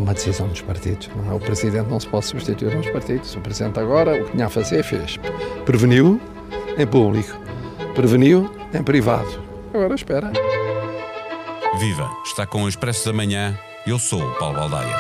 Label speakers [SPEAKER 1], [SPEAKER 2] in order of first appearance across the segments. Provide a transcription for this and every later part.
[SPEAKER 1] uma decisão dos partidos, não é? O Presidente não se pode substituir aos partidos. O Presidente agora, o que tinha a fazer, fez. Preveniu em público, preveniu em privado. Agora espera.
[SPEAKER 2] Viva! Está com o Expresso da Manhã. Eu sou o Paulo Baldaia.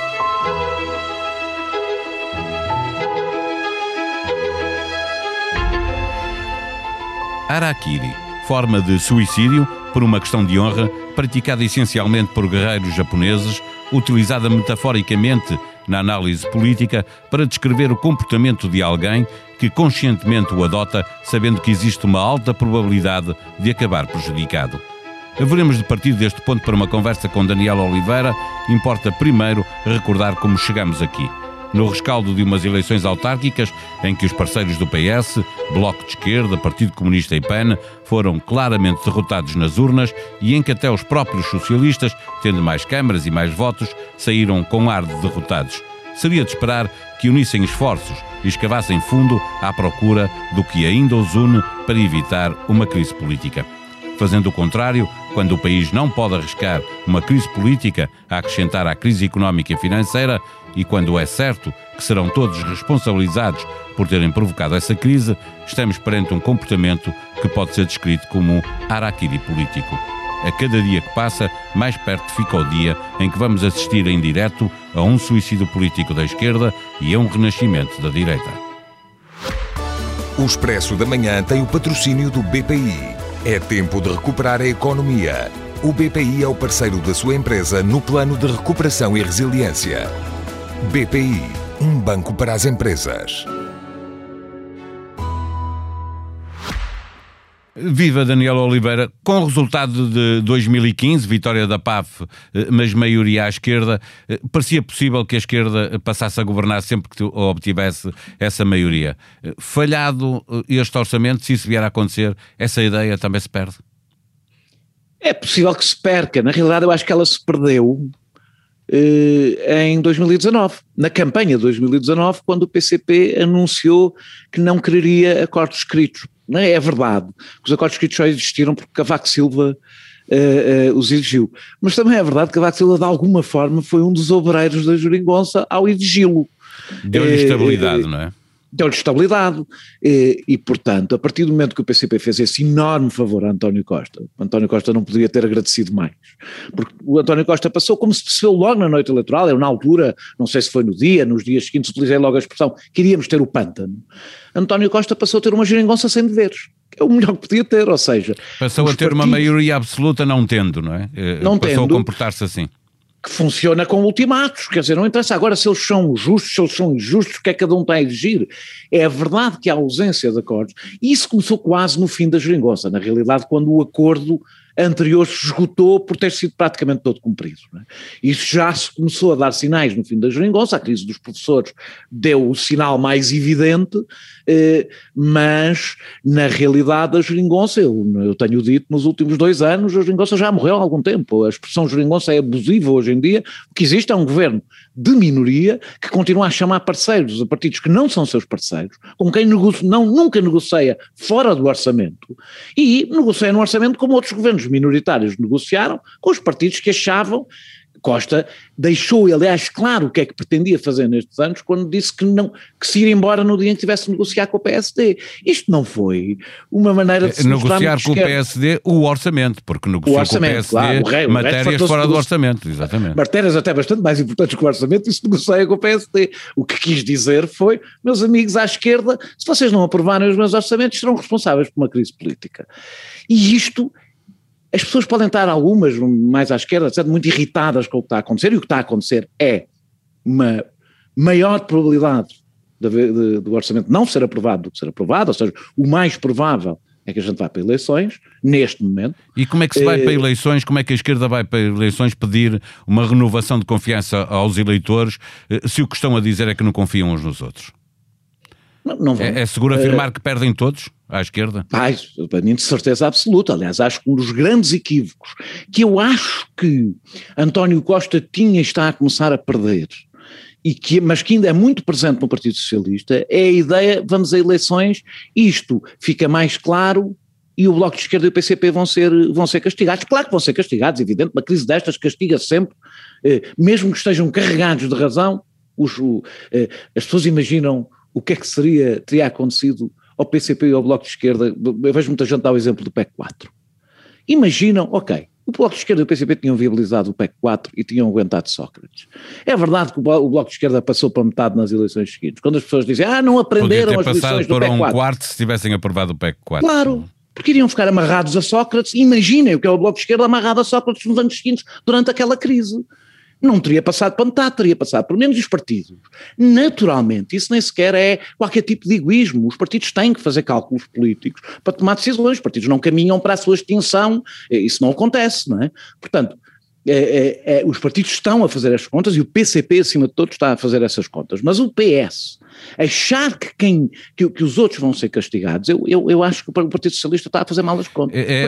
[SPEAKER 2] Harakiri, forma de suicídio por uma questão de honra, praticada essencialmente por guerreiros japoneses, utilizada metaforicamente na análise política para descrever o comportamento de alguém que conscientemente o adota, sabendo que existe uma alta probabilidade de acabar prejudicado. Haveremos de partir deste ponto para uma conversa com Daniel Oliveira. Importa primeiro recordar como chegamos aqui. No rescaldo de umas eleições autárquicas em que os parceiros do PS, Bloco de Esquerda, Partido Comunista e PAN foram claramente derrotados nas urnas e em que até os próprios socialistas, tendo mais câmaras e mais votos, saíram com ar de derrotados. Seria de esperar que unissem esforços e escavassem fundo à procura do que ainda os une para evitar uma crise política. Fazendo o contrário, quando o país não pode arriscar uma crise política a acrescentar à crise económica e financeira, e quando é certo que serão todos responsabilizados por terem provocado essa crise, estamos perante um comportamento que pode ser descrito como harakiri político. A cada dia que passa, mais perto fica o dia em que vamos assistir em direto a um suicídio político da esquerda e a um renascimento da direita.
[SPEAKER 3] O Expresso da Manhã tem o patrocínio do BPI. É tempo de recuperar a economia. O BPI é o parceiro da sua empresa no plano de recuperação e resiliência. BPI, um banco para as empresas.
[SPEAKER 2] Viva Daniel Oliveira. Com o resultado de 2015, vitória da PAF, mas maioria à esquerda, parecia possível que a esquerda passasse a governar sempre que obtivesse essa maioria. Falhado este orçamento, se isso vier a acontecer, essa ideia também se perde?
[SPEAKER 4] É possível que se perca. Na realidade, eu acho que ela se perdeu em 2019, na campanha de 2019, quando o PCP anunciou que não quereria acordos escritos. Não é verdade que os acordos escritos só existiram porque Cavaco Silva os exigiu, mas também é verdade que Cavaco Silva de alguma forma foi um dos obreiros da geringonça ao exigi-lo.
[SPEAKER 2] Deu-lhe estabilidade, não é?
[SPEAKER 4] Deu-lhe estabilidade e, portanto, a partir do momento que o PCP fez esse enorme favor a António Costa não poderia ter agradecido mais, porque o António Costa passou, como se percebeu logo na noite eleitoral, eu na altura, não sei se foi no dia, nos dias seguintes utilizei logo a expressão, queríamos ter o pântano. António Costa passou a ter uma geringonça sem deveres, que é o melhor que podia ter, ou seja...
[SPEAKER 2] Passou a ter uma maioria absoluta não tendo, não é?
[SPEAKER 4] Não
[SPEAKER 2] passou
[SPEAKER 4] tendo,
[SPEAKER 2] a comportar-se assim.
[SPEAKER 4] Que funciona com ultimatos, quer dizer, não interessa agora se eles são justos, se eles são injustos, o que é que cada um está a exigir. É verdade que há ausência de acordos, e isso começou quase no fim da geringonça, na realidade quando o acordo anterior se esgotou por ter sido praticamente todo cumprido. Não é? Isso já se começou a dar sinais no fim da geringonça, a crise dos professores deu o sinal mais evidente, mas na realidade a geringonça, eu tenho dito nos últimos 2 anos, a geringonça já morreu há algum tempo, a expressão geringonça é abusiva hoje em dia, o que existe é um governo de minoria que continua a chamar parceiros a partidos que não são seus parceiros, com quem nunca negocia fora do orçamento e negocia no orçamento como outros governos minoritários negociaram com os partidos que achavam. Costa deixou, aliás, claro o que é que pretendia fazer nestes anos quando disse que se ir embora no dia em que tivesse de negociar com o PSD. Isto não foi uma maneira de se
[SPEAKER 2] negociar com o PSD o orçamento, porque negociou com o PSD claro, matérias fora do orçamento, exatamente.
[SPEAKER 4] Matérias até bastante mais importantes que o orçamento e se negocia com o PSD. O que quis dizer foi, meus amigos à esquerda, se vocês não aprovarem os meus orçamentos serão responsáveis por uma crise política. E isto... As pessoas podem estar, algumas mais à esquerda, etc., muito irritadas com o que está a acontecer, e o que está a acontecer é uma maior probabilidade do orçamento não ser aprovado do que ser aprovado, ou seja, o mais provável é que a gente vá para eleições, neste momento.
[SPEAKER 2] E como é que se vai para eleições, como é que a esquerda vai para eleições pedir uma renovação de confiança aos eleitores, se o que estão a dizer é que não confiam uns nos outros?
[SPEAKER 4] Não
[SPEAKER 2] é seguro afirmar que perdem todos à esquerda?
[SPEAKER 4] Para mim de certeza absoluta. Aliás, acho que um dos grandes equívocos que eu acho que António Costa tinha e está a começar a perder, mas que ainda é muito presente no Partido Socialista, é a ideia, vamos a eleições, isto fica mais claro e o Bloco de Esquerda e o PCP vão ser castigados. Claro que vão ser castigados, evidente, uma crise destas castiga sempre, mesmo que estejam carregados de razão, as pessoas imaginam o que é que teria acontecido ao PCP e ao Bloco de Esquerda. Eu vejo muita gente dar o exemplo do PEC 4. Imaginam, ok, o Bloco de Esquerda e o PCP tinham viabilizado o PEC 4 e tinham aguentado Sócrates. É verdade que o Bloco de Esquerda passou para metade nas eleições seguintes, quando as pessoas dizem, não aprenderam as lições do PEC 4.
[SPEAKER 2] Podia ter passado para um quarto se tivessem aprovado o PEC 4.
[SPEAKER 4] Claro, porque iriam ficar amarrados a Sócrates. Imaginem o que é o Bloco de Esquerda amarrado a Sócrates nos anos seguintes, durante aquela crise. Não teria passado para metade, teria passado por menos os partidos. Naturalmente, isso nem sequer é qualquer tipo de egoísmo. Os partidos têm que fazer cálculos políticos para tomar decisões. Os partidos não caminham para a sua extinção. Isso não acontece, não é? Portanto, os partidos estão a fazer as contas e o PCP, acima de tudo, está a fazer essas contas. Mas o PS, achar que os outros vão ser castigados, eu acho que o Partido Socialista está a fazer mal as contas.
[SPEAKER 2] É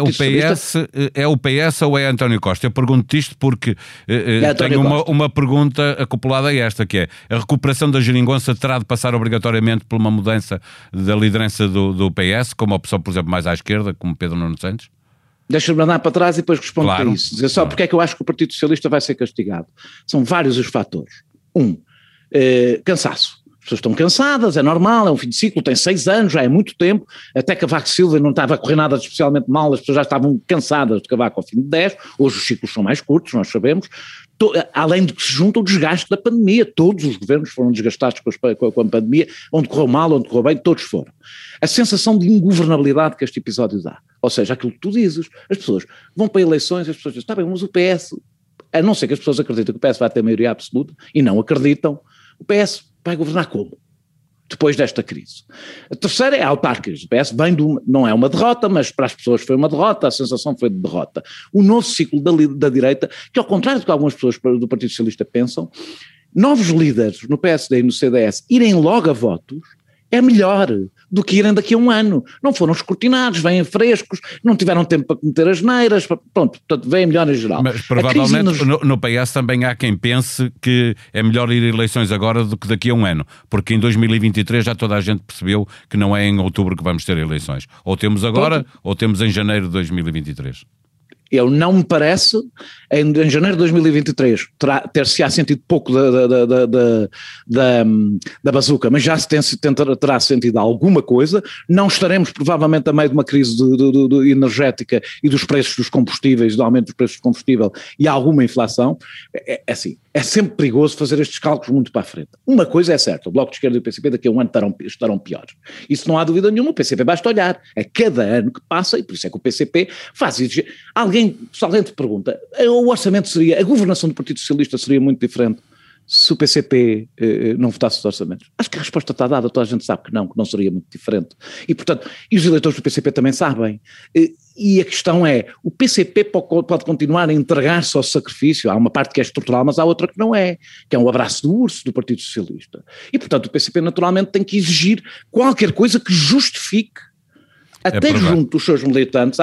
[SPEAKER 2] o PS ou é António Costa? Eu pergunto-te isto porque tenho uma pergunta acoplada a esta, que é: a recuperação da geringonça terá de passar obrigatoriamente por uma mudança da liderança do PS, como opção, por exemplo, mais à esquerda, como Pedro Nuno Santos?
[SPEAKER 4] Deixa-me andar para trás e depois respondo
[SPEAKER 2] claro,
[SPEAKER 4] a isso. Dizer só porque é que eu acho que o Partido Socialista vai ser castigado. São vários os fatores. Cansaço. As pessoas estão cansadas, é normal, é um fim de ciclo, tem 6 anos, já é muito tempo, até Cavaco Silva não estava a correr nada de especialmente mal, as pessoas já estavam cansadas de Cavaco ao fim de 10, hoje os ciclos são mais curtos, nós sabemos, além de que se junta o desgaste da pandemia, todos os governos foram desgastados com a pandemia, onde correu mal, onde correu bem, todos foram. A sensação de ingovernabilidade que este episódio dá, ou seja, aquilo que tu dizes, as pessoas vão para eleições, as pessoas dizem, está bem, mas o PS, a não ser que as pessoas acreditem que o PS vai ter maioria absoluta, e não acreditam, o PS vai governar como? Depois desta crise. A terceira é autárquicas. O PS vem não é uma derrota, mas para as pessoas foi uma derrota, a sensação foi de derrota. O novo ciclo da direita, que ao contrário do que algumas pessoas do Partido Socialista pensam, novos líderes no PSD e no CDS irem logo a votos, é melhor do que irem daqui a um ano. Não foram escrutinados, vêm frescos, não tiveram tempo para cometer as neiras, pronto, portanto vêm melhor em geral.
[SPEAKER 2] Mas provavelmente no PS também há quem pense que é melhor ir a eleições agora do que daqui a um ano, porque em 2023 já toda a gente percebeu que não é em outubro que vamos ter eleições. Ou temos agora, ou temos em janeiro de 2023.
[SPEAKER 4] Eu não me parece, em janeiro de 2023 ter-se-á sentido pouco da bazuca, mas já terá sentido alguma coisa. Não estaremos provavelmente a meio de uma crise energética e dos preços dos combustíveis, do aumento dos preços do combustível e alguma inflação. Assim, é sempre perigoso fazer estes cálculos muito para a frente. Uma coisa é certa, o Bloco de Esquerda e o PCP daqui a um ano estarão piores. Isso não há dúvida nenhuma, o PCP basta olhar. A cada ano que passa, e por isso é que o PCP faz exigir. Se alguém te pergunta, o orçamento seria, a governação do Partido Socialista seria muito diferente se o PCP não votasse os orçamentos? Acho que a resposta está dada, toda a gente sabe que não seria muito diferente. E portanto, e os eleitores do PCP também sabem. E a questão é, o PCP pode continuar a entregar-se ao sacrifício, há uma parte que é estrutural, mas há outra que não é, que é um abraço do urso do Partido Socialista. E portanto o PCP naturalmente tem que exigir qualquer coisa que justifique até junto dos seus militantes,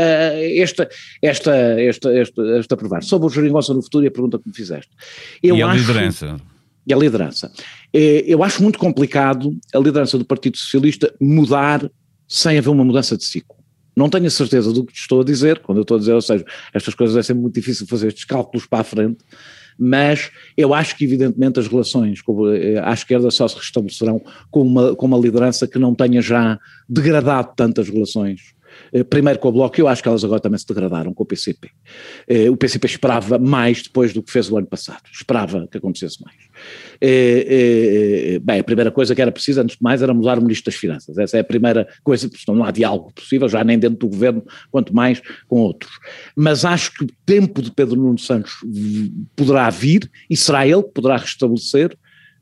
[SPEAKER 4] esta aprovar. Sobre o geringonça no futuro e a pergunta que me fizeste.
[SPEAKER 2] E a liderança?
[SPEAKER 4] E a liderança. Eu acho muito complicado a liderança do Partido Socialista mudar sem haver uma mudança de ciclo. Não tenho a certeza do que estou a dizer, quando eu estou a dizer, ou seja, estas coisas é sempre muito difícil fazer estes cálculos para a frente, mas eu acho que evidentemente as relações à esquerda só se restabelecerão com uma liderança que não tenha já degradado tantas relações. Primeiro com o Bloco, eu acho que elas agora também se degradaram com o PCP. O PCP esperava mais depois do que fez o ano passado, esperava que acontecesse mais. Bem, a primeira coisa que era preciso, antes de mais, era mudar o Ministro das Finanças. Essa é a primeira coisa, porque não há diálogo possível, já nem dentro do governo, quanto mais com outros. Mas acho que o tempo de Pedro Nuno Santos poderá vir, e será ele que poderá restabelecer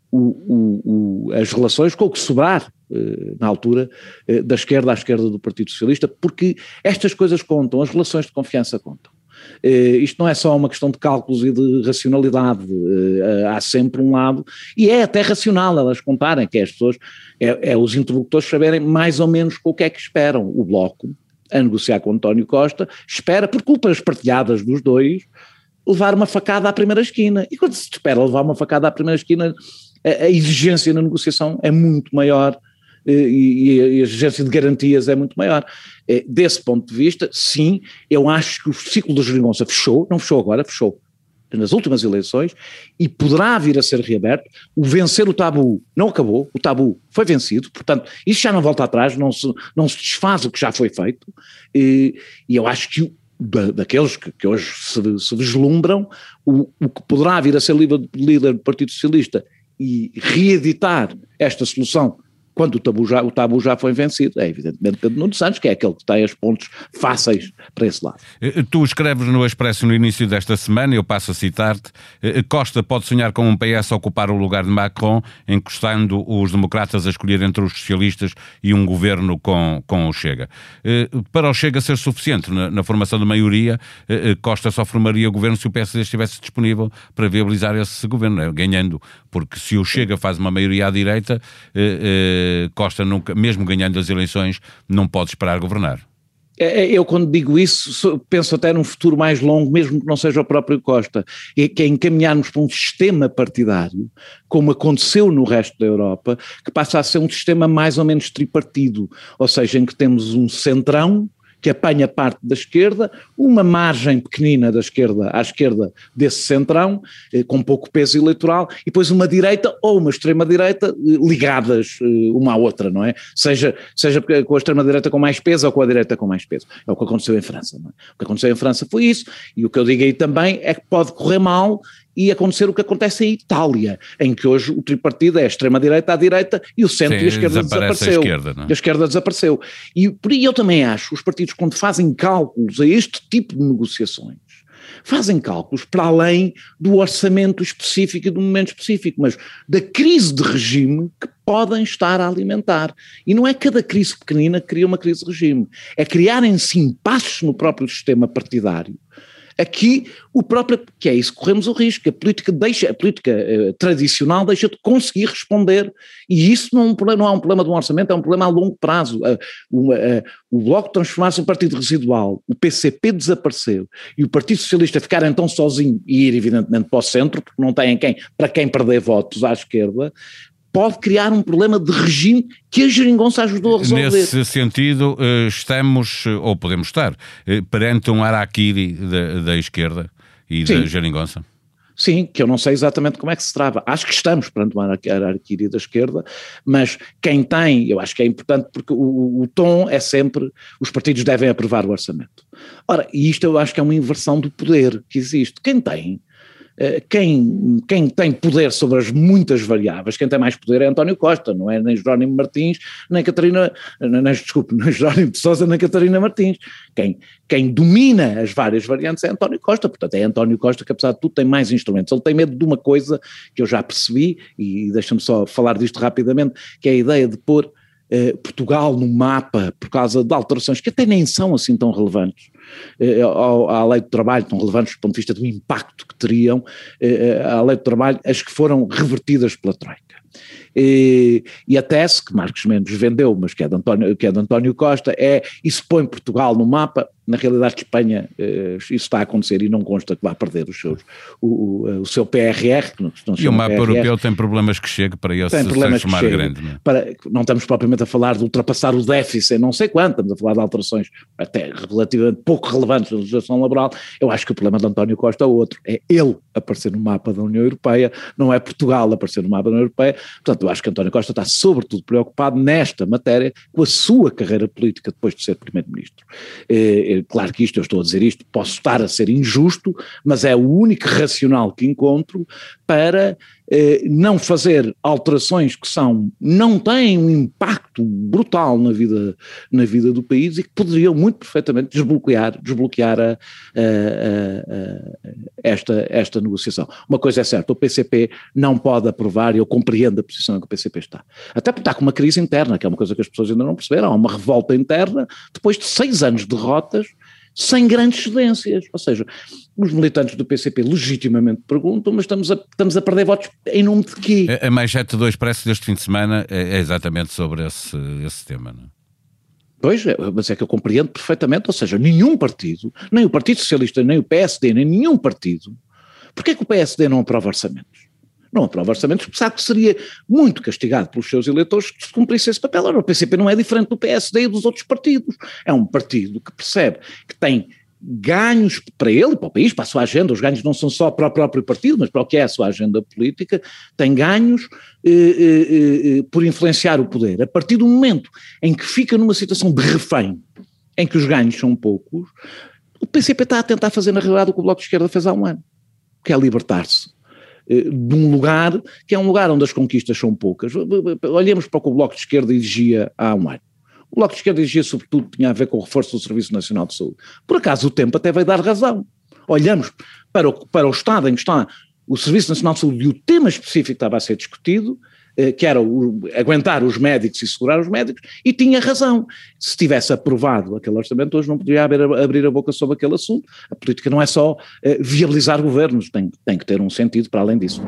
[SPEAKER 4] as relações com o que sobrar na altura da esquerda à esquerda do Partido Socialista, porque estas coisas contam, as relações de confiança contam. Isto não é só uma questão de cálculos e de racionalidade, há sempre um lado, e é até racional elas contarem, que é as pessoas, os interlocutores saberem mais ou menos com o que é que esperam. O Bloco, a negociar com António Costa, espera, por culpas partilhadas dos dois, levar uma facada à primeira esquina, e quando se espera levar uma facada à primeira esquina, a exigência na negociação é muito maior e a exigência de garantias é muito maior. Desse ponto de vista, sim, eu acho que o ciclo da geringonça fechou, não fechou agora, fechou nas últimas eleições, e poderá vir a ser reaberto. O vencer o tabu não acabou, o tabu foi vencido, portanto, isso já não volta atrás, não se desfaz o que já foi feito, e eu acho que daqueles que hoje se vislumbram, o que poderá vir a ser líder do Partido Socialista e reeditar esta solução quando o tabu já foi vencido, é evidentemente Pedro Nuno Santos, que é aquele que tem as pontes fáceis para esse lado.
[SPEAKER 2] Tu escreves no Expresso no início desta semana, eu passo a citar-te, Costa pode sonhar com um PS a ocupar o lugar de Macron, encostando os democratas a escolher entre os socialistas e um governo com o Chega. Para o Chega ser suficiente na formação da maioria, Costa só formaria o governo se o PSD estivesse disponível para viabilizar esse governo, ganhando, porque se o Chega faz uma maioria à direita, Costa nunca, mesmo ganhando as eleições, não pode esperar governar.
[SPEAKER 4] Eu quando digo isso penso até num futuro mais longo, mesmo que não seja o próprio Costa, que é encaminharmos para um sistema partidário, como aconteceu no resto da Europa, que passa a ser um sistema mais ou menos tripartido, ou seja, em que temos um centrão que apanha parte da esquerda, uma margem pequenina da esquerda à esquerda desse centrão, com pouco peso eleitoral, e depois uma direita ou uma extrema-direita ligadas uma à outra, não é? Seja com a extrema-direita com mais peso ou com a direita com mais peso. É o que aconteceu em França, não é? O que aconteceu em França foi isso, e o que eu digo aí também é que pode correr mal e acontecer o que acontece em Itália, em que hoje o tripartido é a extrema-direita à direita e o centro e a esquerda desapareceu. A esquerda desapareceu. E por aí eu também acho, os partidos quando fazem cálculos a este tipo de negociações, fazem cálculos para além do orçamento específico e do momento específico, mas da crise de regime que podem estar a alimentar. E não é cada crise pequenina que cria uma crise de regime, é criarem-se impasses no próprio sistema partidário. Aqui, que é isso, corremos o risco, a política tradicional deixa de conseguir responder, e isso não é um problema de um orçamento, é um problema a longo prazo. O Bloco transformar-se em partido residual, o PCP desapareceu, e o Partido Socialista ficar então sozinho e ir evidentemente para o centro, porque não tem para quem perder votos à esquerda, pode criar um problema de regime que a geringonça ajudou a resolver.
[SPEAKER 2] Nesse sentido, estamos, ou podemos estar, perante um harakiri da esquerda e da geringonça?
[SPEAKER 4] Sim, que eu não sei exatamente como é que se trava. Acho que estamos perante uma harakiri da esquerda, mas quem tem, eu acho que é importante porque o tom é sempre, os partidos devem aprovar o orçamento. Ora, e isto eu acho que é uma inversão do poder que existe. Quem tem poder sobre as muitas variáveis, quem tem mais poder é António Costa, não é nem Jerónimo Martins, nem Jerónimo de Sousa, nem Catarina Martins. Quem domina as várias variantes é António Costa, portanto é António Costa que apesar de tudo tem mais instrumentos. Ele tem medo de uma coisa que eu já percebi, e deixa-me só falar disto rapidamente, que é a ideia de pôr Portugal no mapa por causa de alterações que até nem são assim tão relevantes à lei do trabalho, tão relevantes do ponto de vista do impacto que teriam à lei do trabalho, as que foram revertidas pela Troika. E a tese que Marcos Mendes vendeu, mas que é de António Costa, isso põe Portugal no mapa. Na realidade Espanha, isso está a acontecer e não consta que vá perder o seu PRR. Que não
[SPEAKER 2] e o mapa PRR, europeu tem problemas que chegue para esse se transformar grande.
[SPEAKER 4] Não estamos propriamente a falar de ultrapassar o déficit, não sei quanto, estamos a falar de alterações até relativamente pouco relevantes na legislação laboral. Eu acho que o problema de António Costa é outro, é ele aparecer no mapa da União Europeia, não é Portugal aparecer no mapa da União Europeia. Portanto, eu acho que António Costa está sobretudo preocupado nesta matéria com a sua carreira política depois de ser Primeiro-Ministro. Claro que eu estou a dizer isto, posso estar a ser injusto, mas é o único racional que encontro para não fazer alterações que não têm um impacto brutal na vida do país e que poderiam muito perfeitamente desbloquear esta negociação. Uma coisa é certa, o PCP não pode aprovar, e eu compreendo a posição em que o PCP está. Até porque está com uma crise interna, que é uma coisa que as pessoas ainda não perceberam, há uma revolta interna depois de 6 anos de derrotas, sem grandes cedências, ou seja, os militantes do PCP legitimamente perguntam, mas estamos a perder votos em nome de quê?
[SPEAKER 2] A manchete do Expresso deste fim de semana é exatamente sobre esse tema, não é?
[SPEAKER 4] Pois, mas é que eu compreendo perfeitamente, ou seja, nenhum partido, nem o Partido Socialista, nem o PSD, nem nenhum partido, porque é que o PSD não aprova orçamentos? não aprova orçamentos, porque sabe que seria muito castigado pelos seus eleitores se cumprisse esse papel. Ora, o PCP não é diferente do PSD e dos outros partidos. É um partido que percebe que tem ganhos para ele, para o país, para a sua agenda. Os ganhos não são só para o próprio partido, mas para o que é a sua agenda política. Tem ganhos por influenciar o poder. A partir do momento em que fica numa situação de refém, em que os ganhos são poucos, o PCP está a tentar fazer na realidade o que o Bloco de Esquerda fez há um ano, que é libertar-se de um lugar que é um lugar onde as conquistas são poucas. Olhemos para o que o Bloco de Esquerda exigia há um ano. O Bloco de Esquerda exigia sobretudo, tinha a ver com o reforço do Serviço Nacional de Saúde. Por acaso o tempo até veio dar razão. Olhamos para o estado em que está o Serviço Nacional de Saúde e o tema específico que estava a ser discutido, que era aguentar os médicos e segurar os médicos, e tinha razão. Se tivesse aprovado aquele orçamento, hoje não poderia abrir a boca sobre aquele assunto. A política não é só viabilizar governos, tem que ter um sentido para além disso.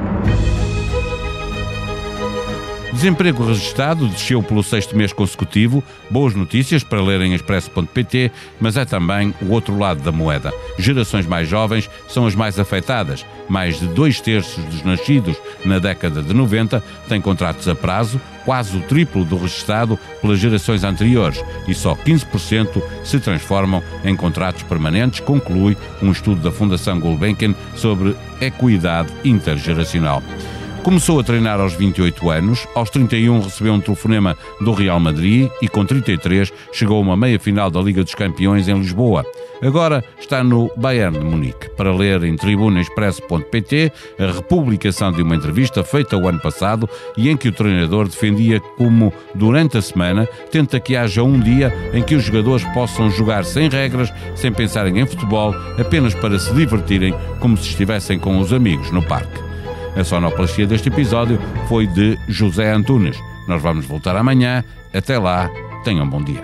[SPEAKER 2] Desemprego registado desceu pelo 6º mês consecutivo, boas notícias para ler em expresso.pt, mas é também o outro lado da moeda. Gerações mais jovens são as mais afetadas. Mais de 2/3 dos nascidos na década de 90 têm contratos a prazo, quase o triplo do registado pelas gerações anteriores, e só 15% se transformam em contratos permanentes, conclui um estudo da Fundação Gulbenkian sobre equidade intergeracional. Começou a treinar aos 28 anos, aos 31 recebeu um telefonema do Real Madrid e com 33 chegou a uma meia-final da Liga dos Campeões em Lisboa. Agora está no Bayern de Munique. Para ler em tribunaexpresso.pt a republicação de uma entrevista feita o ano passado e em que o treinador defendia como, durante a semana, tenta que haja um dia em que os jogadores possam jogar sem regras, sem pensarem em futebol, apenas para se divertirem como se estivessem com os amigos no parque. A sonoplastia deste episódio foi de José Antunes. Nós vamos voltar amanhã. Até lá, tenham um bom dia.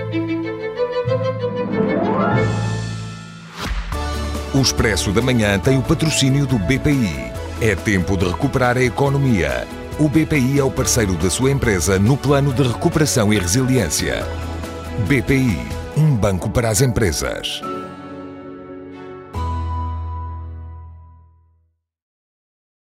[SPEAKER 3] O Expresso da Manhã tem o patrocínio do BPI. É tempo de recuperar a economia. O BPI é o parceiro da sua empresa no plano de recuperação e resiliência. BPI, um banco para as empresas.